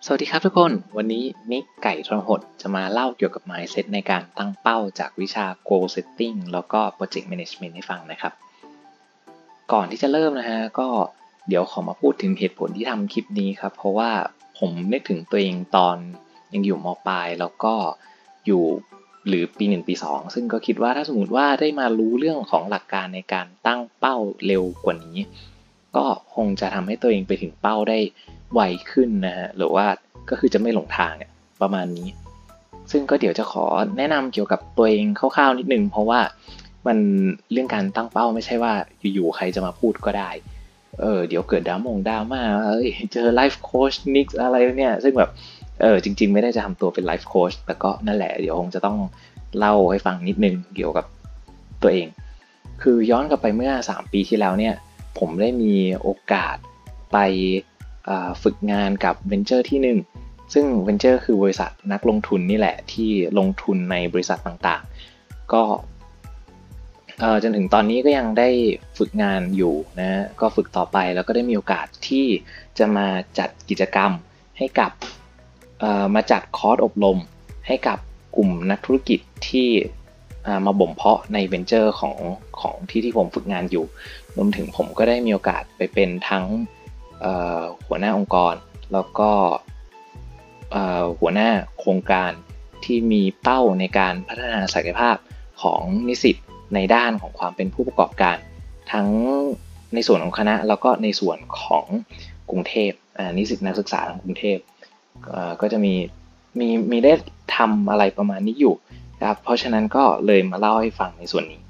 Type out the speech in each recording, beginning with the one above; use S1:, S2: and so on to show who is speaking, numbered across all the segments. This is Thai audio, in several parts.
S1: สวัสดีครับทุกคนวันนี้นิกไก่ทรหดจะมาเล่าเกี่ยวกับ mindset ในการตั้งเป้าจากวิชา goal setting แล้วก็ project management ให้ฟังนะครับก่อนที่จะเริ่มนะฮะก็เดี๋ยวขอมาพูดถึงเหตุผลที่ทำคลิปนี้ครับเพราะว่าผมนึกถึงตัวเองตอนยังอยู่ม.ปลายแล้วก็อยู่หรือปี1ปี2ซึ่งก็คิดว่าถ้าสมมติว่าได้มารู้เรื่องของหลักการในการตั้งเป้าเร็วกว่านี้ก็คงจะทำให้ตัวเองไปถึงเป้าได้ไวขึ้นนะฮะหรือว่าก็คือจะไม่หลงทางประมาณนี้ซึ่งก็เดี๋ยวจะขอแนะนำเกี่ยวกับตัวเองคร่าวๆนิดนึงเพราะว่ามันเรื่องการตั้งเป้าไม่ใช่ว่าอยู่ๆใครจะมาพูดก็ได้เดี๋ยวเกิดดราม่าเจอไลฟ์โค้ชนิกอะไรเนี่ยซึ่งแบบจริงๆไม่ได้จะทำตัวเป็นไลฟ์โค้ชแต่ก็นั่นแหละเดี๋ยวคงจะต้องเล่าให้ฟังนิดนึงเกี่ยวกับตัวเองคือย้อนกลับไปเมื่อ3ปีที่แล้วเนี่ยผมได้มีโอกาสไปฝึกงานกับเวนเจอร์ที่หนึ่งซึ่งเวนเจอร์คือบริษัทนักลงทุนนี่แหละที่ลงทุนในบริษัทต่างๆก็จนถึงตอนนี้ก็ยังได้ฝึกงานอยู่นะก็ฝึกต่อไปแล้วก็ได้มีโอกาสที่จะมาจัดกิจกรรมให้กับมาจัดคอร์สอบรมให้กับกลุ่มนักธุรกิจที่มาบ่มเพาะในเวนเจอร์ของที่ผมฝึกงานอยู่รวมถึงผมก็ได้มีโอกาสไปเป็นทั้งหัวหน้าองค์กรแล้วก็หัวหน้าโครงการที่มีเป้าในการพัฒนาศักยภาพของนิสิตในด้านของความเป็นผู้ประกอบการทั้งในส่วนของคณะแล้วก็ในส่วนของกรุงเทพนิสิตนักศึกษาของกรุงเทพก็จะมีได้ทำอะไรประมาณนี้อยู่ครับเพราะฉะนั้นก็เลยมาเล่าให้ฟังในส่วนนี้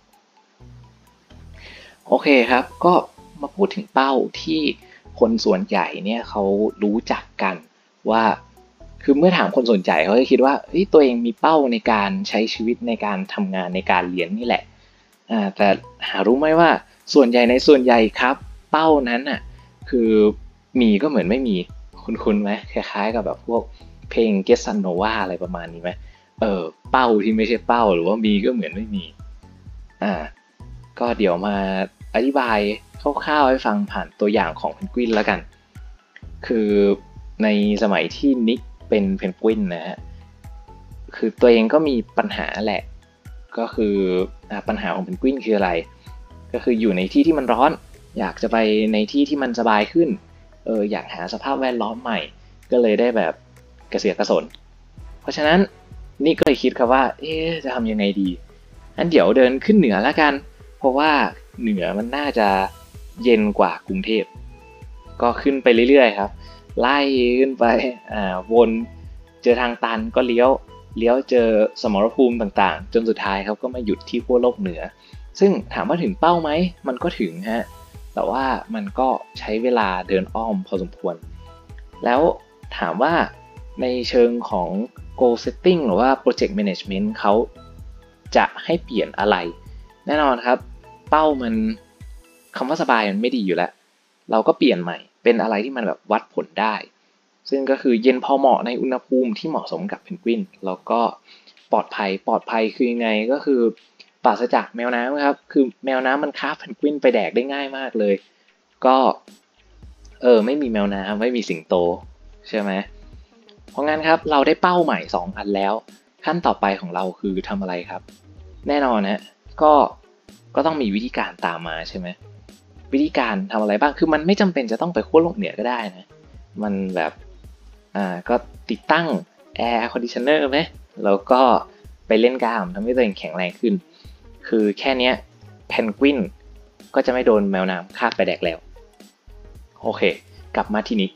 S1: โอเคครับก็มาพูดถึงเป้าที่คนส่วนใหญ่เนี่ยเขารู้จักกันว่าคือเมื่อถามคนส่วนใหญ่เขาจะคิดว่าตัวเองมีเป้าในการใช้ชีวิตในการทำงานในการเรียนนี่แหละแต่หารู้ไหมว่าส่วนใหญ่ในส่วนใหญ่ครับเป้านั้นน่ะคือมีก็เหมือนไม่มีคุ้นไหมคล้ายๆกับแบบพวกเพลง Get Sunova อะไรประมาณนี้ไหมเป้าที่ไม่ใช่เป้าหรือว่ามีก็เหมือนไม่มีก็เดี๋ยวมาอธิบายคร่าวๆให้ฟังผ่านตัวอย่างของเพนกวินแล้วกันคือในสมัยที่นิกเป็นเพนกวินนะฮะคือตัวเองก็มีปัญหาแหละก็คือปัญหาของเพนกวินคืออะไรก็คืออยู่ในที่ที่มันร้อนอยากจะไปในที่ที่มันสบายขึ้นอยากหาสภาพแวดล้อมใหม่ก็เลยได้แบบกระเสือกกระสนเพราะฉะนั้นนี่ก็เลยคิดครับว่าจะทำยังไงดีงั้นเดี๋ยวเดินขึ้นเหนือแล้วกันเพราะว่าเหนือมันน่าจะเย็นกว่ากรุงเทพก็ขึ้นไปเรื่อยๆครับไล่ขึ้นไปวนเจอทางตันก็เลี้ยวเจอสมรภูมิต่างๆจนสุดท้ายครับก็มาหยุดที่ขั้วโลกเหนือซึ่งถามว่าถึงเป้าไหมมันก็ถึงฮะแต่ว่ามันก็ใช้เวลาเดินอ้อมพอสมควรแล้วถามว่าในเชิงของ goal setting หรือว่า project management เขาจะให้เปลี่ยนอะไรแน่นอนครับเป้ามันคำว่าสบายมันไม่ดีอยู่แล้วเราก็เปลี่ยนใหม่เป็นอะไรที่มันแบบวัดผลได้ซึ่งก็คือเย็นพอเหมาะในอุณหภูมิที่เหมาะสมกับเพนกวินแล้วก็ปลอดภัยคือยังไงก็คือปราศจากแมวน้ำครับคือแมวน้ำมันคาบเพนกวินไปแดกได้ง่ายมากเลยก็ไม่มีแมวน้ำไม่มีสิงโตใช่ไหมเพราะงั้นครับเราได้เป้าใหม่2อันแล้วขั้นต่อไปของเราคือทำอะไรครับแน่นอนนะก็ต้องมีวิธีการตามมาใช่ไหมวิธีการทำอะไรบ้างคือมันไม่จำเป็นจะต้องไปขั้วโลกเหนือก็ได้นะมันแบบก็ติดตั้งแอร์คอนดิชเนอร์ไหมแล้วก็ไปเล่นกล้ามทำให้ตัวเองแข็งแรงขึ้นคือแค่นี้เพนกวินก็จะไม่โดนแมวน้ำคาบไปแดกแล้วโอเคกลับมาที่นี้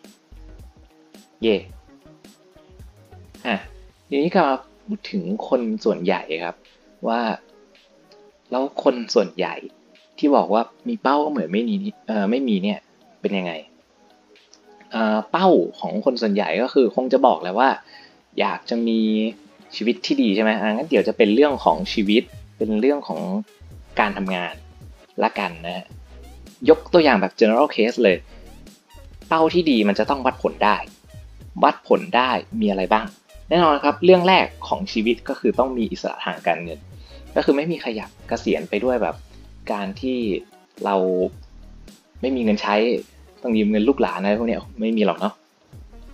S1: ทีนี้ก็มาพูดถึงคนส่วนใหญ่ครับว่าแล้วคนส่วนใหญ่ที่บอกว่ามีเป้าก็เหมือนไม่มีเนี่ยเป็นยังไงเป้าของคนส่วนใหญ่ก็คือคงจะบอกแล้วว่าอยากจะมีชีวิตที่ดีใช่ไหมงั้นเดี๋ยวจะเป็นเรื่องของชีวิตเป็นเรื่องของการทำงานละกันนะยกตัวอย่างแบบ general case เลยเป้าที่ดีมันจะต้องวัดผลได้มีอะไรบ้างแน่นอนครับเรื่องแรกของชีวิตก็คือต้องมีอิสระทางการเงินก็คือไม่มีใครอยากเกษียณไปด้วยแบบการที่เราไม่มีเงินใช้ต้องยืมเงินลูกหลานอะไรพวกนี้ไม่มีหรอกเนาะ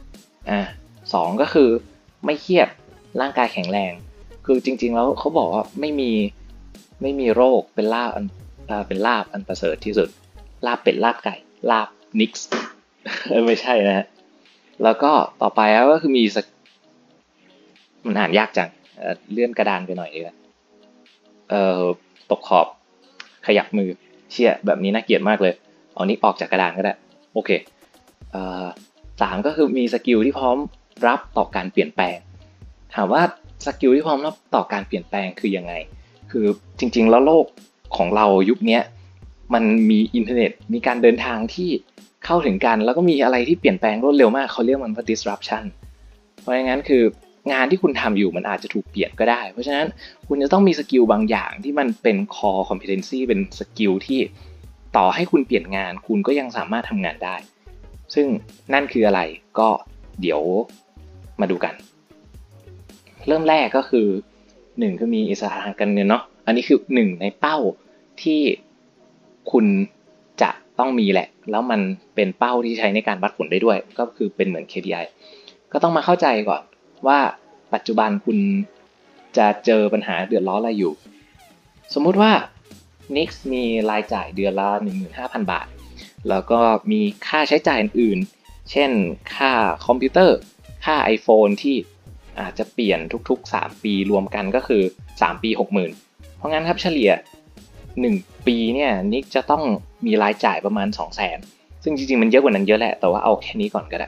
S1: สองก็คือไม่เครียดร่างกายแข็งแรงคือจริงๆแล้วเขาบอกว่าไม่มีโรคเป็นลาบอันประเสริฐที่สุดลาบเป็ดลาบไก่ลาบนิกส์ ไม่ใช่นะฮะแล้วก็ต่อไปก็คือมีมันอ่านยากจังเลื่อนกระดานไปหน่อยดีกว่าตกขอบขยับมือเชี่ยแบบนี้น่าเกลียดมากเลยเอานี้ออกจากกระดานก็ได้โอเคสามก็คือมีสกิลที่พร้อมรับต่อการเปลี่ยนแปลงถามว่าสกิลที่พร้อมรับต่อการเปลี่ยนแปลงคือยังไงคือจริงๆแล้วโลกของเรายุคนี้มันมีอินเทอร์เน็ตมีการเดินทางที่เข้าถึงกันแล้วก็มีอะไรที่เปลี่ยนแปลงรวดเร็วมากเขาเรียกมันว่า disruption เพราะงั้นคืองานที่คุณทำอยู่มันอาจจะถูกเปลี่ยนก็ได้เพราะฉะนั้นคุณจะต้องมีสกิลบางอย่างที่มันเป็น core competency เป็นสกิลที่ต่อให้คุณเปลี่ยนงานคุณก็ยังสามารถทำงานได้ซึ่งนั่นคืออะไรก็เดี๋ยวมาดูกันเริ่มแรกก็คือ1คือมีอิสระทางการเงินเนาะอันนี้คือ1ในเป้าที่คุณจะต้องมีแหละแล้วมันเป็นเป้าที่ใช้ในการวัดผลได้ด้วยก็คือเป็นเหมือน KPI ก็ต้องมาเข้าใจก่อนว่าปัจจุบันคุณจะเจอปัญหาเดือดร้อนอะไรอยู่สมมุติว่า Nix มีรายจ่ายเดือนละ 15,000 บาทแล้วก็มีค่าใช้จ่ายอื่นๆเช่นค่าคอมพิวเตอร์ค่า iPhone ที่อาจจะเปลี่ยนทุกๆ3ปีรวมกันก็คือ3ปี 60,000 เพราะงั้นครับเฉลี่ย1ปีเนี่ยนิกจะต้องมีรายจ่ายประมาณ 200,000 ซึ่งจริงๆมันเยอะกว่านั้นเยอะแหละแต่ว่าเอาแค่นี้ก่อนก็ได้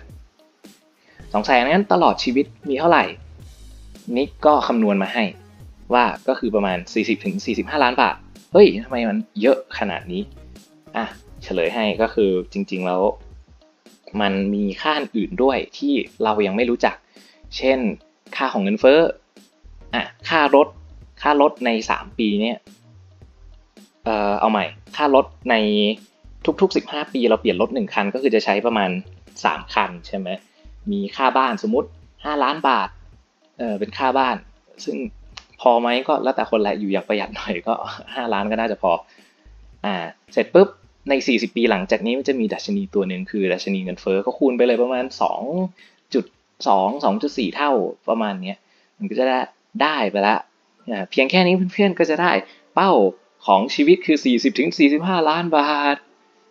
S1: 200,000นั้นตลอดชีวิตมีเท่าไหร่นิกก็คำนวณมาให้ว่าก็คือประมาณ 40-45 ล้านบาทเฮ้ยทำไมมันเยอะขนาดนี้เฉลยให้ก็คือจริงๆแล้วมันมีค่าอื่นด้วยที่เรายังไม่รู้จักเช่นค่าของเงินเฟ้อค่ารถใน3ปีเนี่ยเอาใหม่ค่ารถในทุกๆ15ปีเราเปลี่ยนรถ1คันก็คือจะใช้ประมาณ3คันใช่ไหมมีค่าบ้านสมมุติ5ล้านบาทเป็นค่าบ้านซึ่งพอไหมก็แล้วแต่คนแหละอยู่อย่างประหยัดหน่อยก็5ล้านก็น่าจะพอเสร็จปุ๊บใน40ปีหลังจากนี้มันจะมีดัชนีตัวหนึ่งคือดัชนีเงินเฟ้อก็คูณไปเลยประมาณ2.4 เท่าประมาณนี้มันก็จะได้ไปละเพียงแค่นี้เพื่อนๆก็จะได้เป้าของชีวิตคือ40-45 ล้านบาท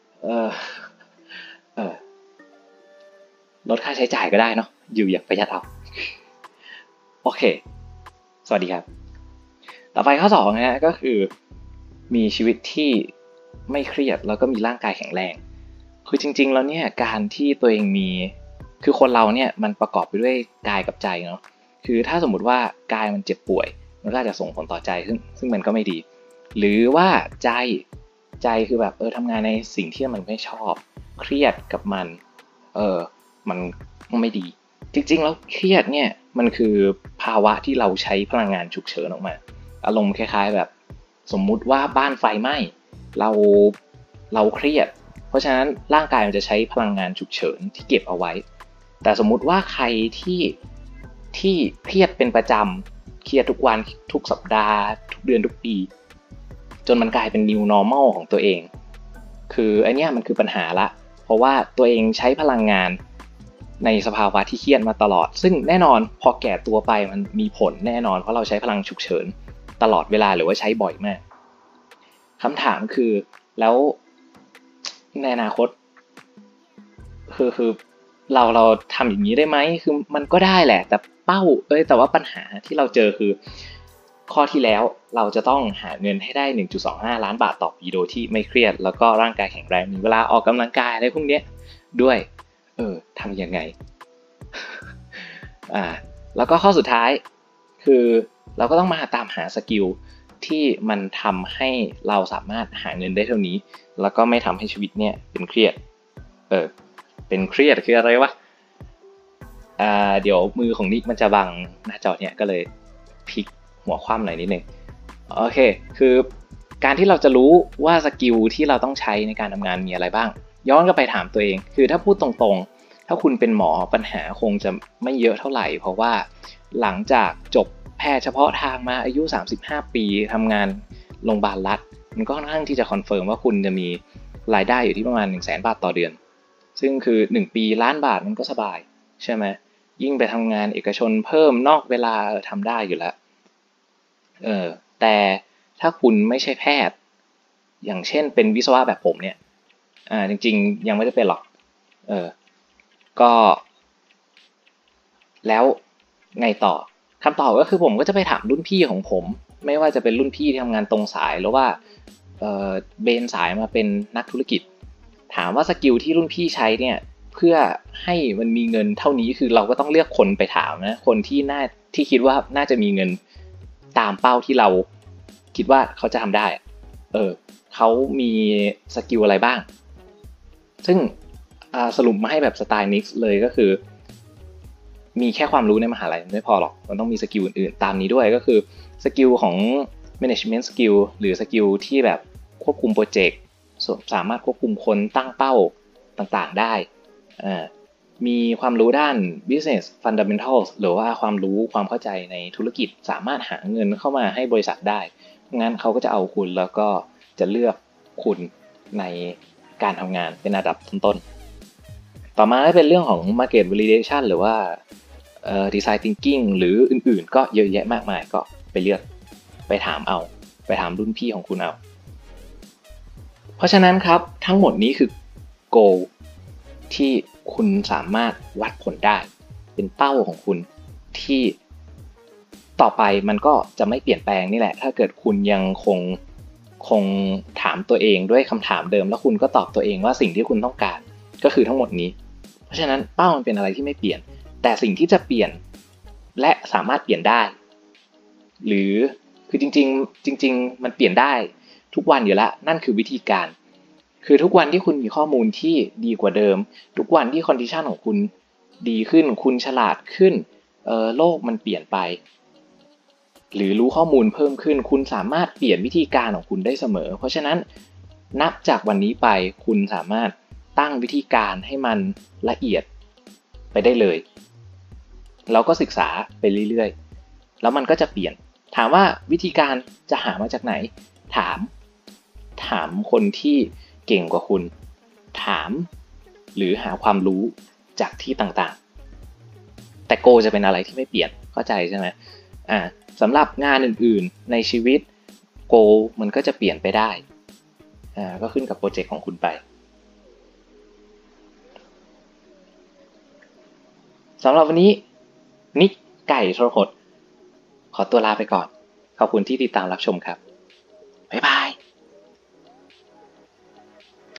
S1: ลดค่าใช้จ่ายก็ได้เนาะอยู่อย่างประหยัดเอาโอเคสวัสดีครับต่อไปข้อ2นะฮะก็คือมีชีวิตที่ไม่เครียดแล้วก็มีร่างกายแข็งแรงคือจริงๆแล้วเนี่ยการที่ตัวเองมีคือคนเราเนี่ยมันประกอบไปด้วยกายกับใจเนาะคือถ้าสมมุติว่ากายมันเจ็บป่วยมันก็จะส่งผลต่อใจซึ่งมันก็ไม่ดีหรือว่าใจคือแบบทำงานในสิ่งที่มันไม่ชอบเครียดกับมันมันไม่ดีจริงๆแล้วเครียดเนี่ยมันคือภาวะที่เราใช้พลังงานฉุกเฉินออกมาอารมณ์คล้ายๆแบบสมมุติว่าบ้านไฟไหม้เราเครียดเพราะฉะนั้นร่างกายมันจะใช้พลังงานฉุกเฉินที่เก็บเอาไว้แต่สมมุติว่าใครที่เครียดเป็นประจำเครียดทุกวันทุกสัปดาห์ทุกเดือนทุกปีจนมันกลายเป็น new normal ของตัวเองคืออันนี้มันคือปัญหาละเพราะว่าตัวเองใช้พลังงานในสภาวะที่เครียดมาตลอดซึ่งแน่นอนพอแก่ตัวไปมันมีผลแน่นอนเพราะเราใช้พลังฉุกเฉินตลอดเวลาหรือว่าใช้บ่อยมากคำถามคือแล้วในอนาคตคือเราทำอย่างนี้ได้ไหมคือมันก็ได้แหละแต่แต่ว่าปัญหาที่เราเจอคือข้อที่แล้วเราจะต้องหาเงินให้ได้ 1.25 ล้านบาทต่อปีโดยที่ไม่เครียดแล้วก็ร่างกายแข็งแรงมีเวลาออกกำลังกายอะไรพวกนี้ด้วยทำยังไงแล้วก็ข้อสุดท้ายคือเราก็ต้องมาตามหาสกิลที่มันทำให้เราสามารถหาเงินได้เท่านี้แล้วก็ไม่ทำให้ชีวิตเนี่ยเป็นเครียดเป็นเครียดคืออะไรวะเดี๋ยวมือของนิกมันจะบังหน้าจอเนี่ยก็เลยพลิกหัวคว่ำหน่อยนิดนึงโอเคคือการที่เราจะรู้ว่าสกิลที่เราต้องใช้ในการทำงานมีอะไรบ้างย้อนกลับไปถามตัวเองคือถ้าพูดตรงๆถ้าคุณเป็นหมอปัญหาคงจะไม่เยอะเท่าไหร่เพราะว่าหลังจากจบแพทย์เฉพาะทางมาอายุ35ปีทำงานโรงพยาบาลรัฐมันก็ค่อนข้างที่จะคอนเฟิร์มว่าคุณจะมีรายได้อยู่ที่ประมาณ 100,000 บาทต่อเดือนซึ่งคือ1ปี1,000,000 บาทมันก็สบายใช่ไหมยิ่งไปทำงานเอกชนเพิ่มนอกเวลาทำได้อยู่แล้วแต่ถ้าคุณไม่ใช่แพทย์อย่างเช่นเป็นวิศวะแบบผมเนี่ยจริงๆยังไม่ได้เป็นหรอกเออก็แล้วไงต่อคำตอบก็คือผมก็จะไปถามรุ่นพี่ของผมไม่ว่าจะเป็นรุ่นพี่ที่ทำงานตรงสายหรือว่าเบนสายมาเป็นนักธุรกิจถามว่าสกิลที่รุ่นพี่ใช้เนี่ยเพื่อให้มันมีเงินเท่านี้คือเราก็ต้องเลือกคนไปถามนะคนที่คิดว่าน่าจะมีเงินตามเป้าที่เราคิดว่าเขาจะทำได้เขามีสกิลอะไรบ้างซึ่งสรุปมาให้แบบสไตล์นิกส์เลยก็คือมีแค่ความรู้ในมหาลัยไม่พอหรอกมันต้องมีสกิลอื่นๆตามนี้ด้วยก็คือสกิลของ management skill หรือสกิลที่แบบควบคุมโปรเจกต์สามารถควบคุมคนตั้งเป้าต่างๆได้มีความรู้ด้าน business fundamentals หรือว่าความรู้ความเข้าใจในธุรกิจสามารถหาเงินเข้ามาให้บริษัทได้งั้นเขาก็จะเอาคุณแล้วก็จะเลือกคุณในการทำงานเป็นอันดับต้นๆต่อมาก็เป็นเรื่องของ market validation หรือว่าdesign thinking หรืออื่นๆก็เยอะแยะมากมายก็ไปเลือกไปถามรุ่นพี่ของคุณเอาเพราะฉะนั้นครับทั้งหมดนี้คือ goal ที่คุณสามารถวัดผลได้เป็นเป้าของคุณที่ต่อไปมันก็จะไม่เปลี่ยนแปลงนี่แหละถ้าเกิดคุณยังคงถามตัวเองด้วยคำถามเดิมแล้วคุณก็ตอบตัวเองว่าสิ่งที่คุณต้องการก็คือทั้งหมดนี้เพราะฉะนั้นเป้ามันเป็นอะไรที่ไม่เปลี่ยนแต่สิ่งที่จะเปลี่ยนและสามารถเปลี่ยนได้หรือคือจริงๆมันเปลี่ยนได้ทุกวันอยู่แล้วนั่นคือวิธีการคือทุกวันที่คุณมีข้อมูลที่ดีกว่าเดิมทุกวันที่คอนดิชันของคุณดีขึ้นคุณฉลาดขึ้นโลกมันเปลี่ยนไปหรือรู้ข้อมูลเพิ่มขึ้นคุณสามารถเปลี่ยนวิธีการของคุณได้เสมอเพราะฉะนั้นนับจากวันนี้ไปคุณสามารถตั้งวิธีการให้มันละเอียดไปได้เลยแล้วก็ศึกษาไปเรื่อยๆแล้วมันก็จะเปลี่ยนถามว่าวิธีการจะหามาจากไหนถามคนที่เก่งกว่าคุณถามหรือหาความรู้จากที่ต่างๆแต่โกจะเป็นอะไรที่ไม่เปลี่ยนเข้าใจใช่ไหมสำหรับงานอื่นๆในชีวิตโกมันก็จะเปลี่ยนไปได้ก็ขึ้นกับโปรเจกต์ของคุณไปสำหรับวันนี้นิกไก่ทรหดขอตัวลาไปก่อนขอบคุณที่ติดตามรับชมครับบ๊ายบาย